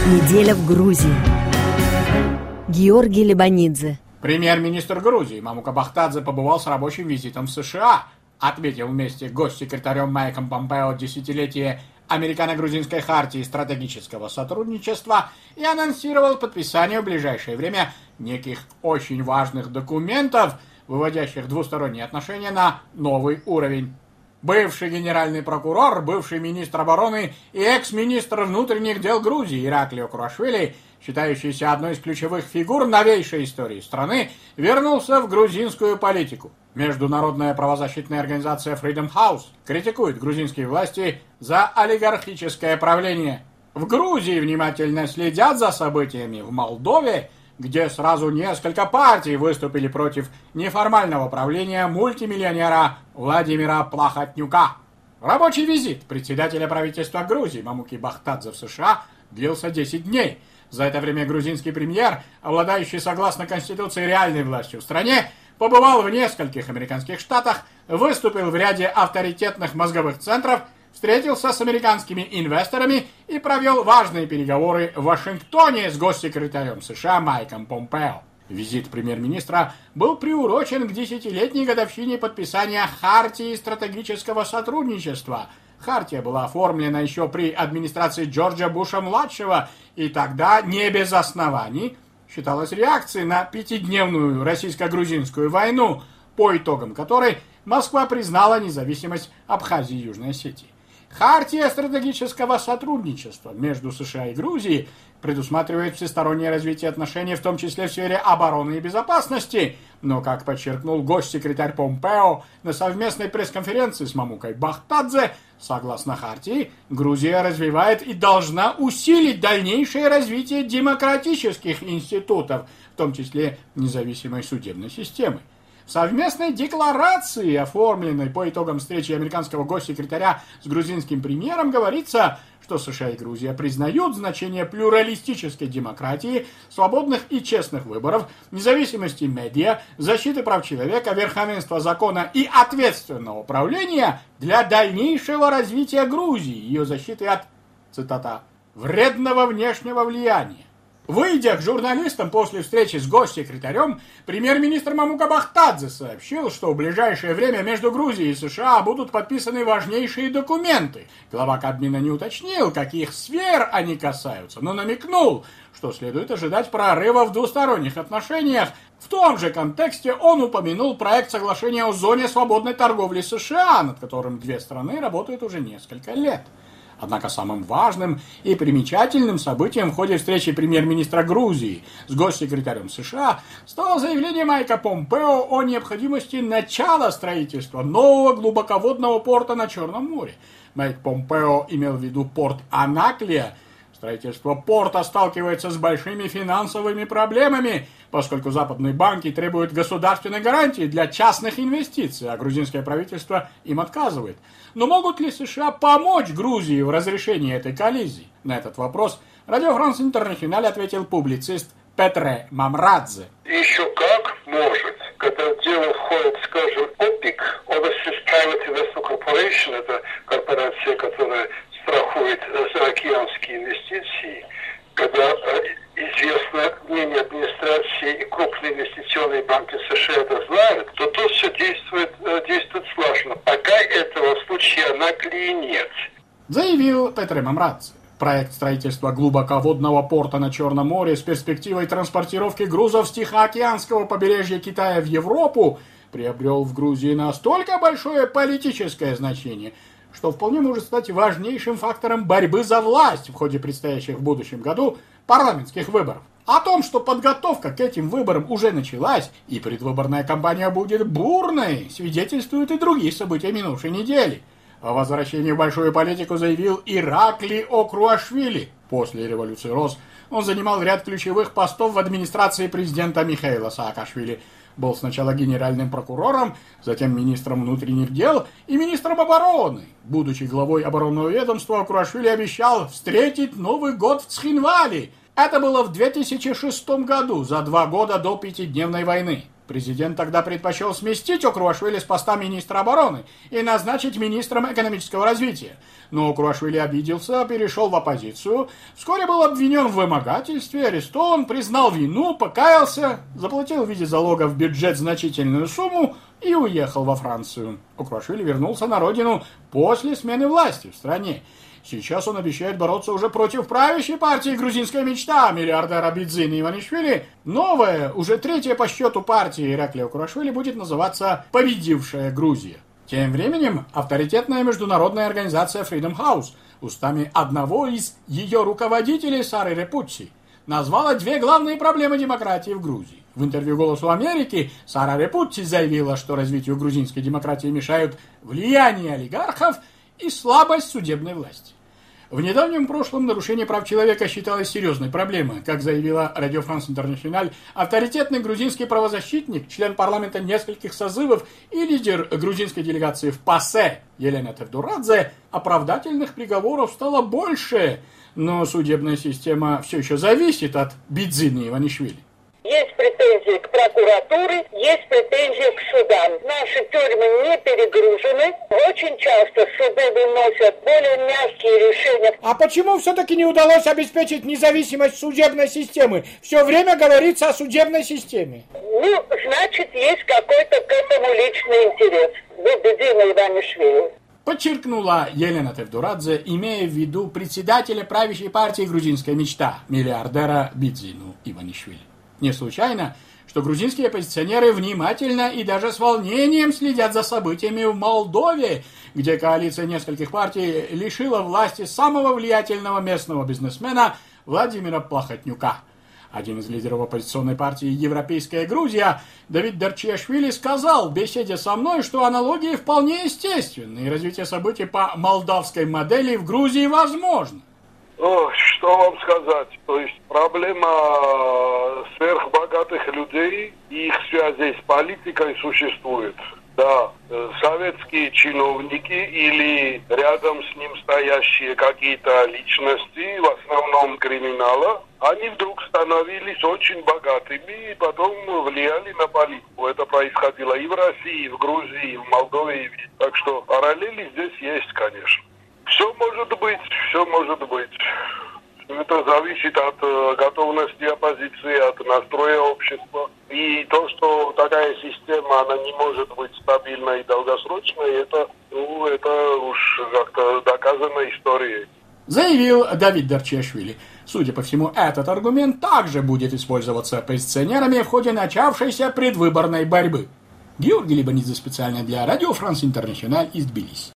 Неделя в Грузии. Георгий Лебанидзе. Премьер-министр Грузии Мамука Бахтадзе побывал с рабочим визитом в США. Отметил вместе с госсекретарем Майком Помпео десятилетие Американо-грузинской хартии стратегического сотрудничества и анонсировал подписание в ближайшее время неких очень важных документов, выводящих двусторонние отношения на новый уровень. Бывший генеральный прокурор, бывший министр обороны и экс-министр внутренних дел Грузии Ираклий Окруашвили, считающийся одной из ключевых фигур новейшей истории страны, вернулся в грузинскую политику. Международная правозащитная организация Freedom House критикует грузинские власти за олигархическое правление. В Грузии внимательно следят за событиями в Молдове, где сразу несколько партий выступили против неформального правления мультимиллионера Владимира Плахотнюка. Рабочий визит председателя правительства Грузии Мамуки Бахтадзе в США длился 10 дней. За это время грузинский премьер, обладающий согласно Конституции реальной властью в стране, побывал в нескольких американских штатах, выступил в ряде авторитетных мозговых центров, встретился с американскими инвесторами и провел важные переговоры в Вашингтоне с госсекретарем США Майком Помпео. Визит премьер-министра был приурочен к 10-летней годовщине подписания Хартии стратегического сотрудничества. Хартия была оформлена еще при администрации Джорджа Буша-младшего и тогда не без оснований считалась реакцией на пятидневную российско-грузинскую войну, по итогам которой Москва признала независимость Абхазии и Южной Осетии. Хартия стратегического сотрудничества между США и Грузией предусматривает всестороннее развитие отношений, в том числе в сфере обороны и безопасности. Но, как подчеркнул госсекретарь Помпео на совместной пресс-конференции с Мамукой Бахтадзе, согласно Хартии, Грузия развивает и должна усилить дальнейшее развитие демократических институтов, в том числе независимой судебной системы. В совместной декларации, оформленной по итогам встречи американского госсекретаря с грузинским премьером, говорится, что США и Грузия признают значение плюралистической демократии, свободных и честных выборов, независимости медиа, защиты прав человека, верховенства закона и ответственного управления для дальнейшего развития Грузии, ее защиты от, цитата, «вредного внешнего влияния». Выйдя к журналистам после встречи с госсекретарем, премьер-министр Мамука Бахтадзе сообщил, что в ближайшее время между Грузией и США будут подписаны важнейшие документы. Глава Кабмина не уточнил, каких сфер они касаются, но намекнул, что следует ожидать прорыва в двусторонних отношениях. В том же контексте он упомянул проект соглашения о зоне свободной торговли США, над которым две страны работают уже несколько лет. Однако самым важным и примечательным событием в ходе встречи премьер-министра Грузии с госсекретарем США стало заявление Майка Помпео о необходимости начала строительства нового глубоководного порта на Черном море. Майк Помпео имел в виду порт Анаклия. Строительство порта сталкивается с большими финансовыми проблемами, поскольку западные банки требуют государственной гарантии для частных инвестиций, а грузинское правительство им отказывает. Но могут ли США помочь Грузии в разрешении этой коллизии? На этот вопрос Радио Франс Интернэшнл ответил публицист Петре Мамрадзе. Еще как может, когда в дело входит, скажем, ОПИК, Overseas Private Investment Corporation, это корпорация, которая страхует заокеанские инвестиции, когда известно мнение администрации и крупные инвестиционные банки США это знают, то тут все действует слаженно. Пока этого случая Анаклии нет. Заявил Петре Мамрадзе. Проект строительства глубоководного порта на Черном море с перспективой транспортировки грузов с Тихоокеанского побережья Китая в Европу приобрел в Грузии настолько большое политическое значение, что вполне может стать важнейшим фактором борьбы за власть в ходе предстоящих в будущем году парламентских выборов. О том, что подготовка к этим выборам уже началась и предвыборная кампания будет бурной, свидетельствуют и другие события минувшей недели. О возвращении в большую политику заявил Ираклий Окруашвили. После революции РОС он занимал ряд ключевых постов в администрации президента Михаила Саакашвили. Был сначала генеральным прокурором, затем министром внутренних дел и министром обороны. Будучи главой оборонного ведомства, Окруашвили обещал встретить Новый год в Цхинвале. Это было в 2006 году, за 2 года до пятидневной войны. Президент тогда предпочел сместить Укруашвили с поста министра обороны и назначить министром экономического развития. Но Укруашвили обиделся, перешел в оппозицию, вскоре был обвинен в вымогательстве, арестован, признал вину, покаялся, заплатил в виде залога в бюджет значительную сумму и уехал во Францию. Укруашвили вернулся на родину после смены власти в стране. Сейчас он обещает бороться уже против правящей партии «Грузинская мечта» миллиардера Бидзины Иванишвили. Новая, уже третья по счету партия Ираклия Укруашвили будет называться «Победившая Грузия». Тем временем авторитетная международная организация Freedom House устами одного из ее руководителей Сары Репутси назвала две главные проблемы демократии в Грузии. В интервью «Голосу Америки» Сара Репутси заявила, что развитию грузинской демократии мешают влияние олигархов и слабость судебной власти. В недавнем прошлом нарушение прав человека считалось серьезной проблемой. Как заявила Радио Франс Интернациональ, авторитетный грузинский правозащитник, член парламента нескольких созывов и лидер грузинской делегации в ПАСЕ Елена Тевдурадзе, оправдательных приговоров стало больше, но судебная система все еще зависит от Бидзины Иванишвили. Есть претензии к прокуратуре, есть претензии к судам. Наши тюрьмы не перегружены. Очень часто суды выносят более мягкие решения. А почему все-таки не удалось обеспечить независимость судебной системы? Все время говорится о судебной системе. Ну, значит, есть какой-то к этому личный интерес. Бидзина Иванишвили. Подчеркнула Елена Тевдурадзе, имея в виду председателя правящей партии «Грузинская мечта» миллиардера Бидзину Иванишвили. Не случайно, что грузинские оппозиционеры внимательно и даже с волнением следят за событиями в Молдове, где коалиция нескольких партий лишила власти самого влиятельного местного бизнесмена Владимира Плахотнюка. Один из лидеров оппозиционной партии «Европейская Грузия» Давид Дарчиашвили сказал в беседе со мной, что аналогии вполне естественны, и развитие событий по молдавской модели в Грузии возможно. Что вам сказать? То есть проблема сверхбогатых людей и их связей с политикой существует. Да, советские чиновники или рядом с ним стоящие какие-то личности, в основном криминала, они вдруг становились очень богатыми и потом влияли на политику. Это происходило и в России, и в Грузии, и в Молдове. Так что параллели здесь есть, конечно. Все может быть, все может быть. Это зависит от готовности оппозиции, от настроя общества. И то, что такая система, она не может быть стабильной и долгосрочной, это уж как-то доказано историей. Заявил Давид Дарчиашвили. Судя по всему, этот аргумент также будет использоваться оппозиционерами в ходе начавшейся предвыборной борьбы. Георгий Либанидзе специально для Радио Франс Интернациональ из Тбилиси.